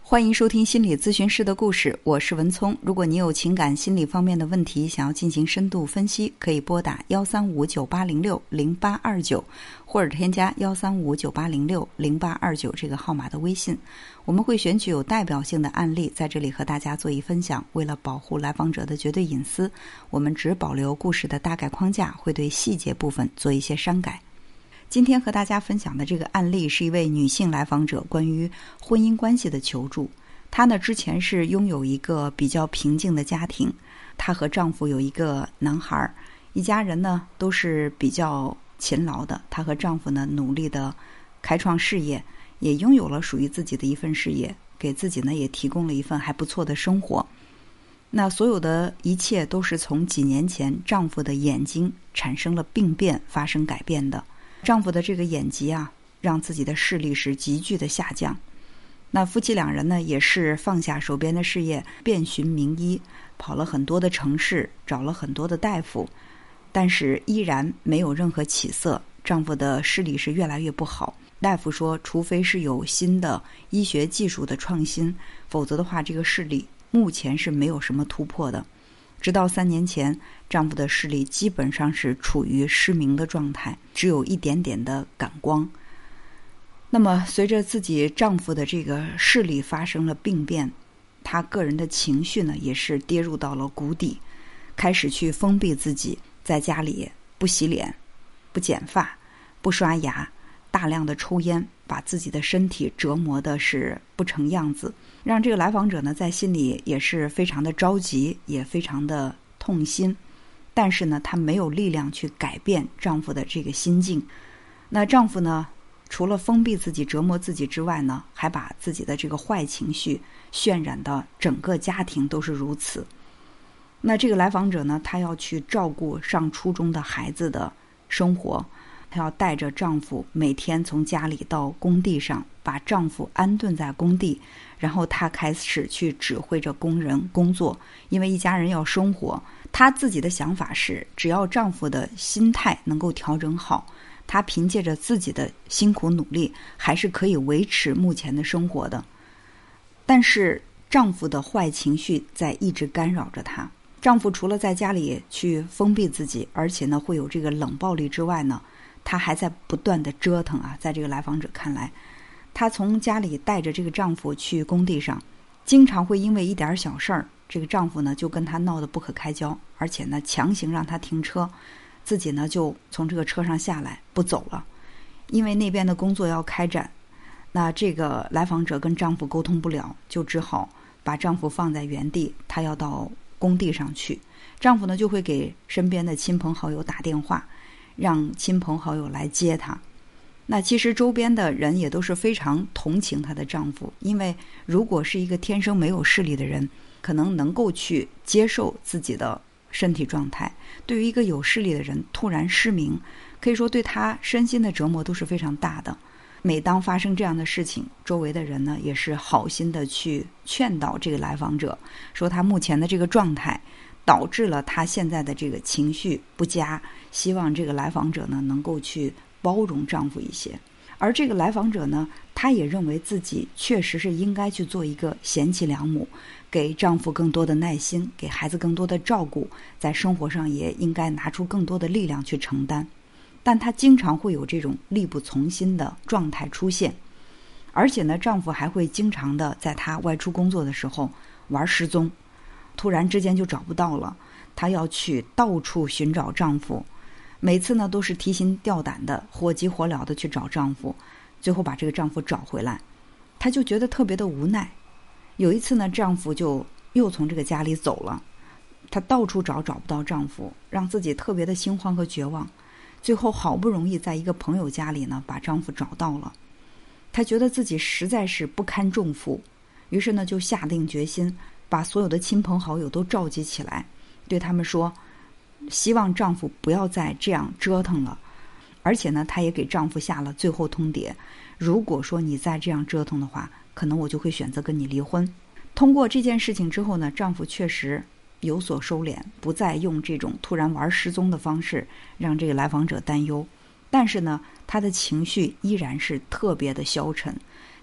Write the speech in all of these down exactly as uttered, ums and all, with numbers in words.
欢迎收听心理咨询师的故事，我是文聪。如果你有情感心理方面的问题，想要进行深度分析，可以拨打幺三五九八零六零八二九，或者添加幺三五九八零六零八二九这个号码的微信。我们会选取有代表性的案例，在这里和大家做一分享。为了保护来访者的绝对隐私，我们只保留故事的大概框架，会对细节部分做一些删改。今天和大家分享的这个案例是一位女性来访者关于婚姻关系的求助。她呢之前是拥有一个比较平静的家庭，她和丈夫有一个男孩，一家人呢都是比较勤劳的。她和丈夫呢努力的开创事业，也拥有了属于自己的一份事业，给自己呢也提供了一份还不错的生活。那所有的一切都是从几年前丈夫的眼睛产生了病变发生改变的。丈夫的这个眼疾啊，让自己的视力是急剧的下降。那夫妻两人呢，也是放下手边的事业，遍寻名医，跑了很多的城市，找了很多的大夫，但是依然没有任何起色。丈夫的视力是越来越不好。大夫说，除非是有新的医学技术的创新，否则的话，这个视力目前是没有什么突破的。直到三年前，丈夫的视力基本上是处于失明的状态，只有一点点的感光。那么随着自己丈夫的这个视力发生了病变，她个人的情绪呢也是跌入到了谷底，开始去封闭自己，在家里不洗脸、不剪发、不刷牙，大量的抽烟，把自己的身体折磨的是不成样子，让这个来访者呢在心里也是非常的着急，也非常的痛心。但是呢，她没有力量去改变丈夫的这个心境。那丈夫呢，除了封闭自己、折磨自己之外呢，还把自己的这个坏情绪渲染到整个家庭都是如此。那这个来访者呢，她要去照顾上初中的孩子的生活，她要带着丈夫每天从家里到工地上，把丈夫安顿在工地，然后她开始去指挥着工人工作。因为一家人要生活，她自己的想法是，只要丈夫的心态能够调整好，她凭借着自己的辛苦努力，还是可以维持目前的生活的。但是丈夫的坏情绪在一直干扰着她。丈夫除了在家里去封闭自己，而且呢会有这个冷暴力之外呢，她还在不断的折腾啊。在这个来访者看来，她从家里带着这个丈夫去工地上，经常会因为一点小事儿，这个丈夫呢就跟她闹得不可开交，而且呢强行让她停车，自己呢就从这个车上下来不走了，因为那边的工作要开展。那这个来访者跟丈夫沟通不了，就只好把丈夫放在原地，她要到工地上去。丈夫呢就会给身边的亲朋好友打电话，让亲朋好友来接她。那其实周边的人也都是非常同情她的丈夫，因为如果是一个天生没有视力的人，可能能够去接受自己的身体状态。对于一个有视力的人突然失明，可以说对他身心的折磨都是非常大的。每当发生这样的事情，周围的人呢也是好心的去劝导这个来访者，说他目前的这个状态导致了他现在的这个情绪不佳，希望这个来访者呢能够去包容丈夫一些。而这个来访者呢，她也认为自己确实是应该去做一个贤妻良母，给丈夫更多的耐心，给孩子更多的照顾，在生活上也应该拿出更多的力量去承担。但她经常会有这种力不从心的状态出现，而且呢，丈夫还会经常的在她外出工作的时候玩失踪，突然之间就找不到了，她要去到处寻找丈夫。每次呢都是提心吊胆的，火急火燎的去找丈夫，最后把这个丈夫找回来。她就觉得特别的无奈。有一次呢，丈夫就又从这个家里走了，她到处找找不到丈夫，让自己特别的心慌和绝望。最后好不容易在一个朋友家里呢把丈夫找到了，她觉得自己实在是不堪重负，于是呢就下定决心把所有的亲朋好友都召集起来，对他们说，希望丈夫不要再这样折腾了。而且呢，她也给丈夫下了最后通牒，如果说你再这样折腾的话，可能我就会选择跟你离婚。通过这件事情之后呢，丈夫确实有所收敛，不再用这种突然玩失踪的方式让这个来访者担忧。但是呢，他的情绪依然是特别的消沉，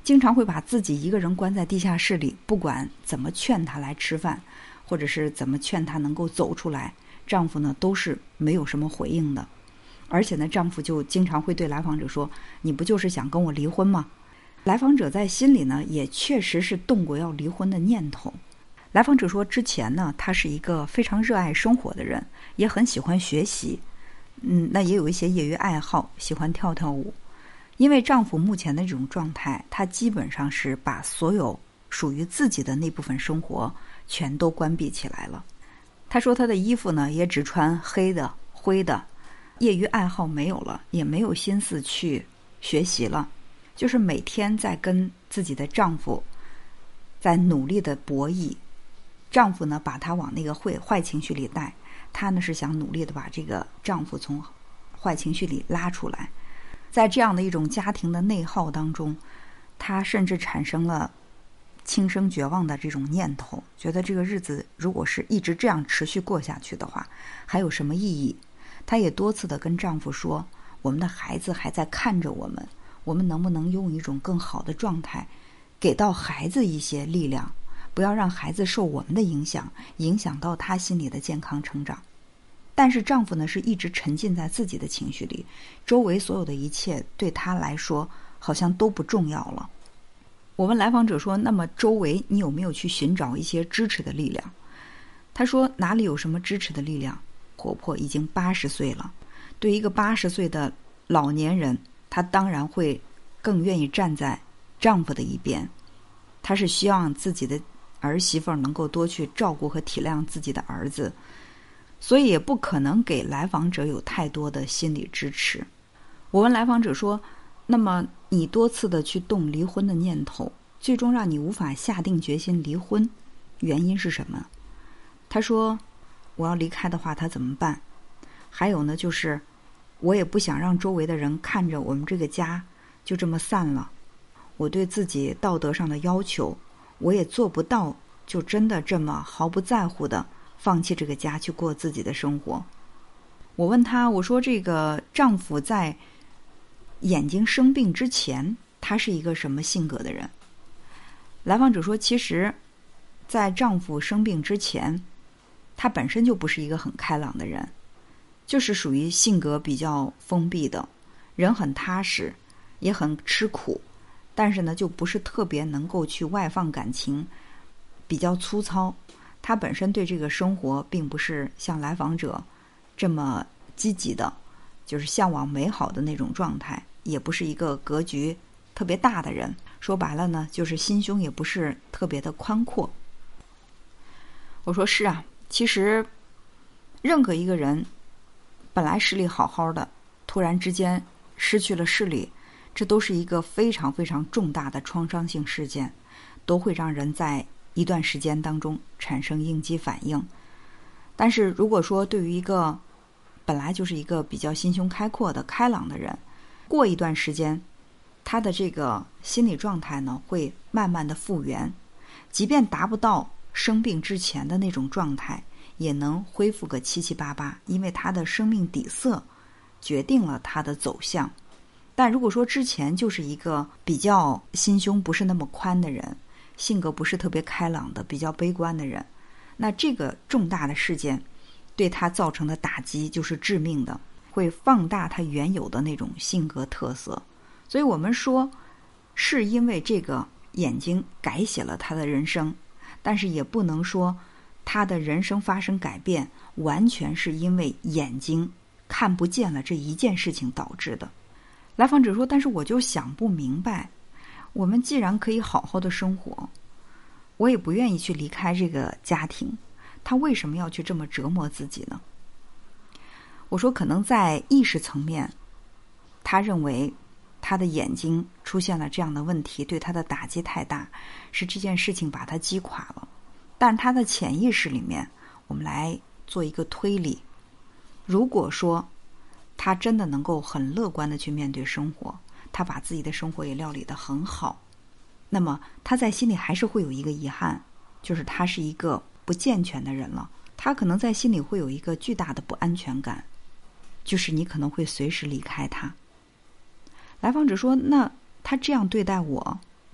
经常会把自己一个人关在地下室里，不管怎么劝她来吃饭，或者是怎么劝她能够走出来，丈夫呢都是没有什么回应的。而且呢，丈夫就经常会对来访者说，你不就是想跟我离婚吗？来访者在心里呢也确实是动过要离婚的念头。来访者说，之前呢他是一个非常热爱生活的人，也很喜欢学习，嗯，那也有一些业余爱好，喜欢跳跳舞。因为丈夫目前的这种状态，他基本上是把所有属于自己的那部分生活全都关闭起来了。他说他的衣服呢也只穿黑的灰的，业余爱好没有了，也没有心思去学习了，就是每天在跟自己的丈夫在努力的博弈。丈夫呢把她往那个坏坏情绪里带，她呢是想努力的把这个丈夫从坏情绪里拉出来。在这样的一种家庭的内耗当中，她甚至产生了轻生绝望的这种念头，觉得这个日子如果是一直这样持续过下去的话，还有什么意义？她也多次的跟丈夫说，我们的孩子还在看着我们，我们能不能用一种更好的状态给到孩子一些力量，不要让孩子受我们的影响，影响到他心理的健康成长。但是丈夫呢是一直沉浸在自己的情绪里，周围所有的一切对他来说好像都不重要了。我问来访者说，那么周围你有没有去寻找一些支持的力量？他说，哪里有什么支持的力量？婆婆已经八十岁了，对一个八十岁的老年人，她当然会更愿意站在丈夫的一边。她是希望自己的儿媳妇能够多去照顾和体谅自己的儿子，所以也不可能给来访者有太多的心理支持。我问来访者说，那么你多次的去动离婚的念头，最终让你无法下定决心离婚，原因是什么？他说，我要离开的话他怎么办？还有呢，就是我也不想让周围的人看着我们这个家就这么散了，我对自己道德上的要求我也做不到，就真的这么毫不在乎的放弃这个家去过自己的生活。我问他，我说这个丈夫在眼睛生病之前他是一个什么性格的人？来访者说，其实在丈夫生病之前，他本身就不是一个很开朗的人，就是属于性格比较封闭的人，很踏实也很吃苦，但是呢就不是特别能够去外放感情，比较粗糙。他本身对这个生活并不是像来访者这么积极的，就是向往美好的那种状态，也不是一个格局特别大的人。说白了呢，就是心胸也不是特别的宽阔。我说是啊，其实任何一个人本来视力好好的，突然之间失去了视力，这都是一个非常非常重大的创伤性事件，都会让人在一段时间当中产生应激反应。但是如果说对于一个本来就是一个比较心胸开阔的开朗的人，过一段时间他的这个心理状态呢会慢慢的复原，即便达不到生病之前的那种状态，也能恢复个七七八八，因为他的生命底色决定了他的走向。但如果说之前就是一个比较心胸不是那么宽的人，性格不是特别开朗的，比较悲观的人，那这个重大的事件对他造成的打击就是致命的，会放大他原有的那种性格特色。所以我们说是因为这个眼睛改写了他的人生，但是也不能说他的人生发生改变完全是因为眼睛看不见了这一件事情导致的。来访者说，但是我就想不明白，我们既然可以好好的生活，我也不愿意去离开这个家庭，他为什么要去这么折磨自己呢？我说可能在意识层面，他认为他的眼睛出现了这样的问题，对他的打击太大，是这件事情把他击垮了。但他的潜意识里面，我们来做一个推理，如果说他真的能够很乐观的去面对生活，他把自己的生活也料理得很好，那么他在心里还是会有一个遗憾，就是他是一个不健全的人了，他可能在心里会有一个巨大的不安全感，就是你可能会随时离开他。来访者说，那他这样对待我，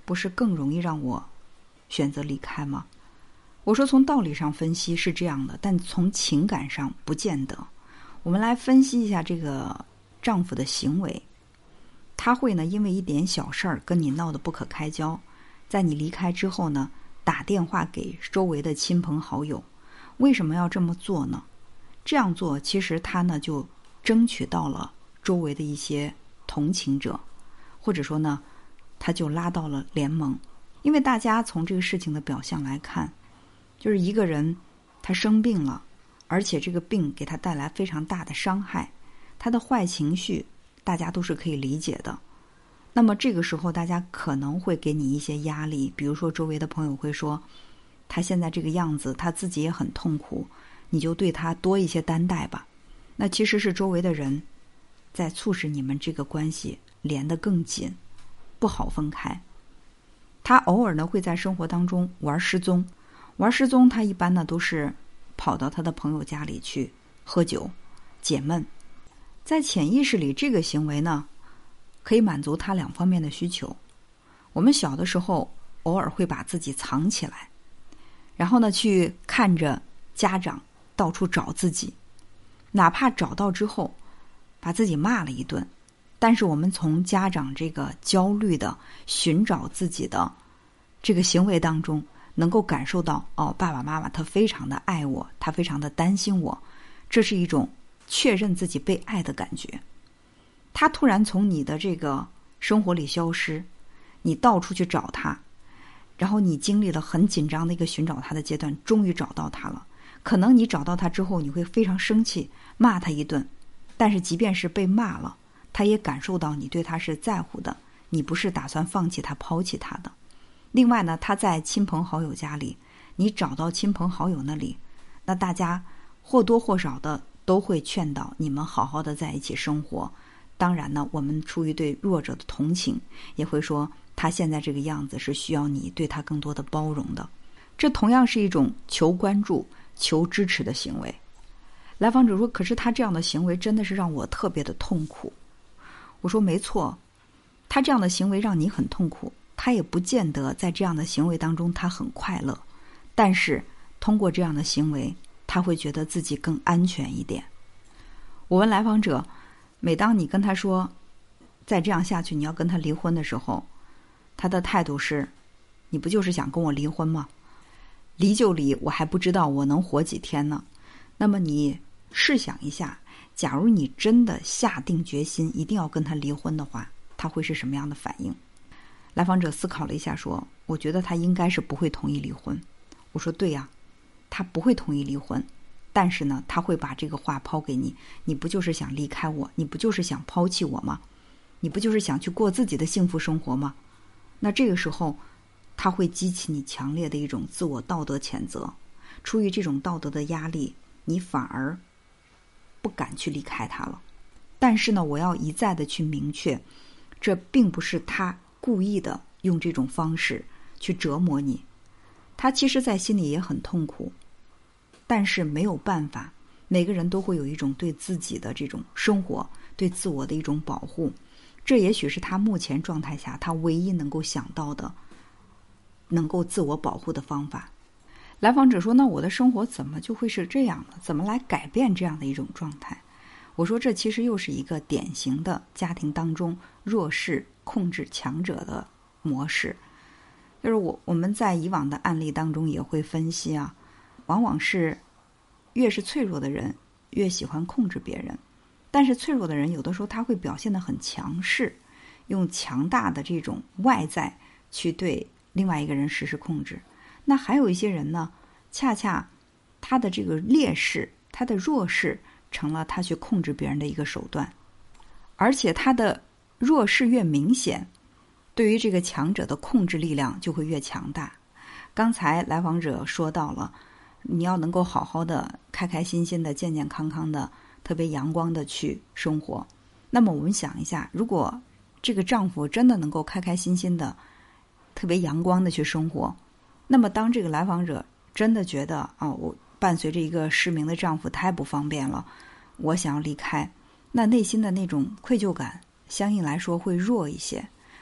不是更容易让我选择离开吗？我说从道理上分析是这样的，但从情感上不见得。我们来分析一下这个丈夫的行为，他会呢因为一点小事儿跟你闹得不可开交，在你离开之后呢，打电话给周围的亲朋好友。为什么要这么做呢？这样做其实他呢就争取到了周围的一些同情者，或者说呢他就拉到了联盟。因为大家从这个事情的表象来看，就是一个人他生病了，而且这个病给他带来非常大的伤害，他的坏情绪大家都是可以理解的。那么这个时候大家可能会给你一些压力，比如说周围的朋友会说他现在这个样子他自己也很痛苦，你就对他多一些担待吧。那其实是周围的人在促使你们这个关系连得更紧，不好分开。他偶尔呢会在生活当中玩失踪，玩失踪他一般呢都是跑到他的朋友家里去喝酒解闷。在潜意识里，这个行为呢可以满足他两方面的需求。我们小的时候偶尔会把自己藏起来，然后呢去看着家长到处找自己，哪怕找到之后把自己骂了一顿，但是我们从家长这个焦虑的寻找自己的这个行为当中能够感受到，哦，爸爸妈妈他非常的爱我，他非常的担心我，这是一种确认自己被爱的感觉。他突然从你的这个生活里消失，你到处去找他，然后你经历了很紧张的一个寻找他的阶段，终于找到他了。可能你找到他之后你会非常生气，骂他一顿，但是即便是被骂了，他也感受到你对他是在乎的，你不是打算放弃他抛弃他的。另外呢，他在亲朋好友家里，你找到亲朋好友那里，那大家或多或少的都会劝导你们好好的在一起生活。当然呢，我们出于对弱者的同情，也会说他现在这个样子是需要你对他更多的包容的。这同样是一种求关注求支持的行为。来访者说，可是他这样的行为真的是让我特别的痛苦。我说没错，他这样的行为让你很痛苦，他也不见得在这样的行为当中他很快乐，但是通过这样的行为他会觉得自己更安全一点。我问来访者，每当你跟他说再这样下去你要跟他离婚的时候，他的态度是，你不就是想跟我离婚吗？离就离，我还不知道我能活几天呢。那么你试想一下，假如你真的下定决心一定要跟他离婚的话，他会是什么样的反应？来访者思考了一下说，我觉得他应该是不会同意离婚。我说对呀，他不会同意离婚，但是呢他会把这个话抛给你，你不就是想离开我，你不就是想抛弃我吗？你不就是想去过自己的幸福生活吗？那这个时候他会激起你强烈的一种自我道德谴责，出于这种道德的压力，你反而不敢去离开他了。但是呢，我要一再的去明确，这并不是他故意的用这种方式去折磨你，他其实在心里也很痛苦，但是没有办法，每个人都会有一种对自己的这种生活对自我的一种保护，这也许是他目前状态下他唯一能够想到的能够自我保护的方法。来访者说，那我的生活怎么就会是这样呢？怎么来改变这样的一种状态？我说这其实又是一个典型的家庭当中弱势控制强者的模式。就是我我们在以往的案例当中也会分析啊，往往是越是脆弱的人越喜欢控制别人，但是脆弱的人有的时候他会表现得很强势，用强大的这种外在去对另外一个人实施控制。那还有一些人呢，恰恰他的这个劣势他的弱势成了他去控制别人的一个手段，而且他的弱势越明显，对于这个强者的控制力量就会越强大。刚才来访者说到了，你要能够好好的开开心心的健健康康的特别阳光的去生活。那么我们想一下，如果这个丈夫真的能够开开心心的特别阳光的去生活，那么当这个来访者真的觉得啊，我伴随着一个失明的丈夫太不方便了，我想要离开，那内心的那种愧疚感相应来说会弱一些。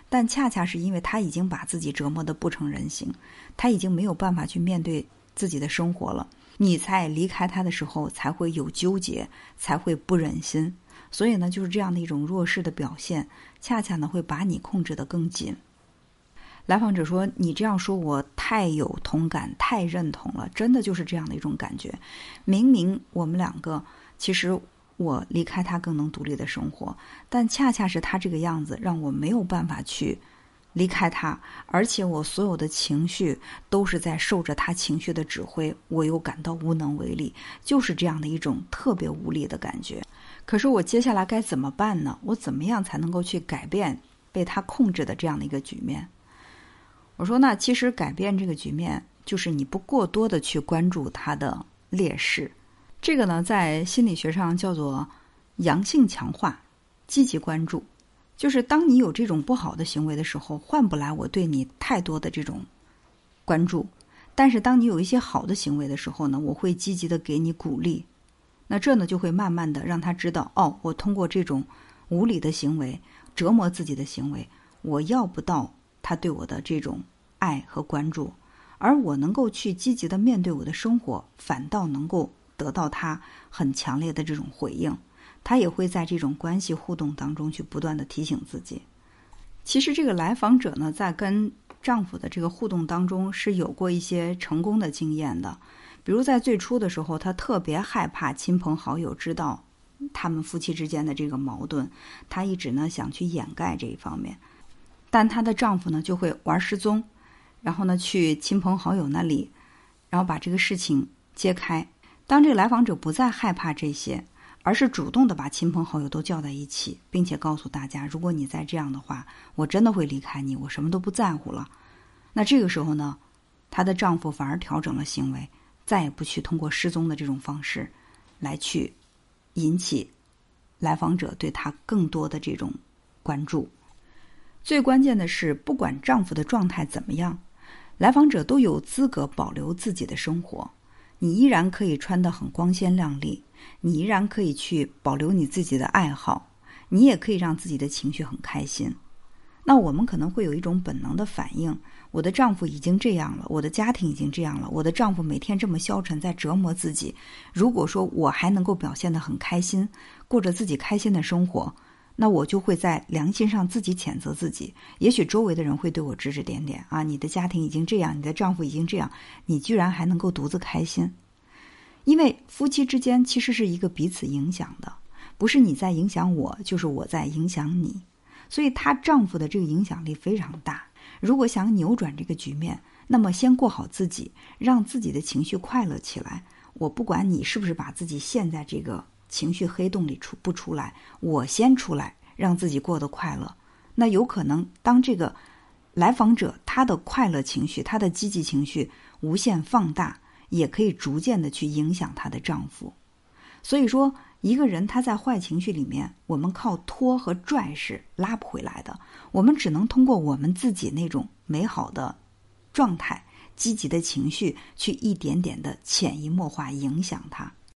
但恰恰是因为他已经把自己折磨得不成人形，他已经没有办法去面对自己的生活了，你在离开他的时候才会有纠结，才会不忍心。所以呢，就是这样的一种弱势的表现，恰恰呢会把你控制得更紧。来访者说，你这样说我太有同感，太认同了，真的就是这样的一种感觉。明明我们两个，其实我离开他更能独立的生活，但恰恰是他这个样子让我没有办法去离开他，而且我所有的情绪都是在受着他情绪的指挥，我又感到无能为力，就是这样的一种特别无力的感觉。可是我接下来该怎么办呢？我怎么样才能够去改变被他控制的这样的一个局面？我说，那其实改变这个局面，就是你不过多的去关注他的劣势。这个呢，在心理学上叫做阳性强化，积极关注。就是当你有这种不好的行为的时候，换不来我对你太多的这种关注。但是当你有一些好的行为的时候呢，我会积极的给你鼓励。那这呢，就会慢慢的让他知道，哦，我通过这种无理的行为，折磨自己的行为，我要不到他对我的这种爱和关注，而我能够去积极的面对我的生活，反倒能够得到他很强烈的这种回应。他也会在这种关系互动当中去不断的提醒自己。其实这个来访者呢，在跟丈夫的这个互动当中是有过一些成功的经验的。比如在最初的时候，她特别害怕亲朋好友知道他们夫妻之间的这个矛盾，她一直呢想去掩盖这一方面。但她的丈夫呢就会玩失踪，然后呢去亲朋好友那里，然后把这个事情揭开。当这个来访者不再害怕这些，而是主动的把亲朋好友都叫在一起，并且告诉大家，如果你再这样的话，我真的会离开你，我什么都不在乎了。那这个时候呢，她的丈夫反而调整了行为，再也不去通过失踪的这种方式来去引起来访者对她更多的这种关注。最关键的是，不管丈夫的状态怎么样，来访者都有资格保留自己的生活。你依然可以穿得很光鲜亮丽，你依然可以去保留你自己的爱好，你也可以让自己的情绪很开心。那我们可能会有一种本能的反应，我的丈夫已经这样了，我的家庭已经这样了，我的丈夫每天这么消沉，在折磨自己，如果说我还能够表现得很开心，过着自己开心的生活，那我就会在良心上自己谴责自己。也许周围的人会对我指指点点啊，你的家庭已经这样，你的丈夫已经这样，你居然还能够独自开心。因为夫妻之间其实是一个彼此影响的，不是你在影响我，就是我在影响你。所以她丈夫的这个影响力非常大。如果想扭转这个局面，那么先过好自己，让自己的情绪快乐起来。我不管你是不是把自己陷在这个情绪黑洞里出不出来，我先出来，让自己过得快乐。那有可能当这个来访者他的快乐情绪，他的积极情绪无限放大，也可以逐渐的去影响她的丈夫。所以说，一个人他在坏情绪里面，我们靠拖和拽是拉不回来的，我们只能通过我们自己那种美好的状态、积极的情绪，去一点点的潜移默化影响他。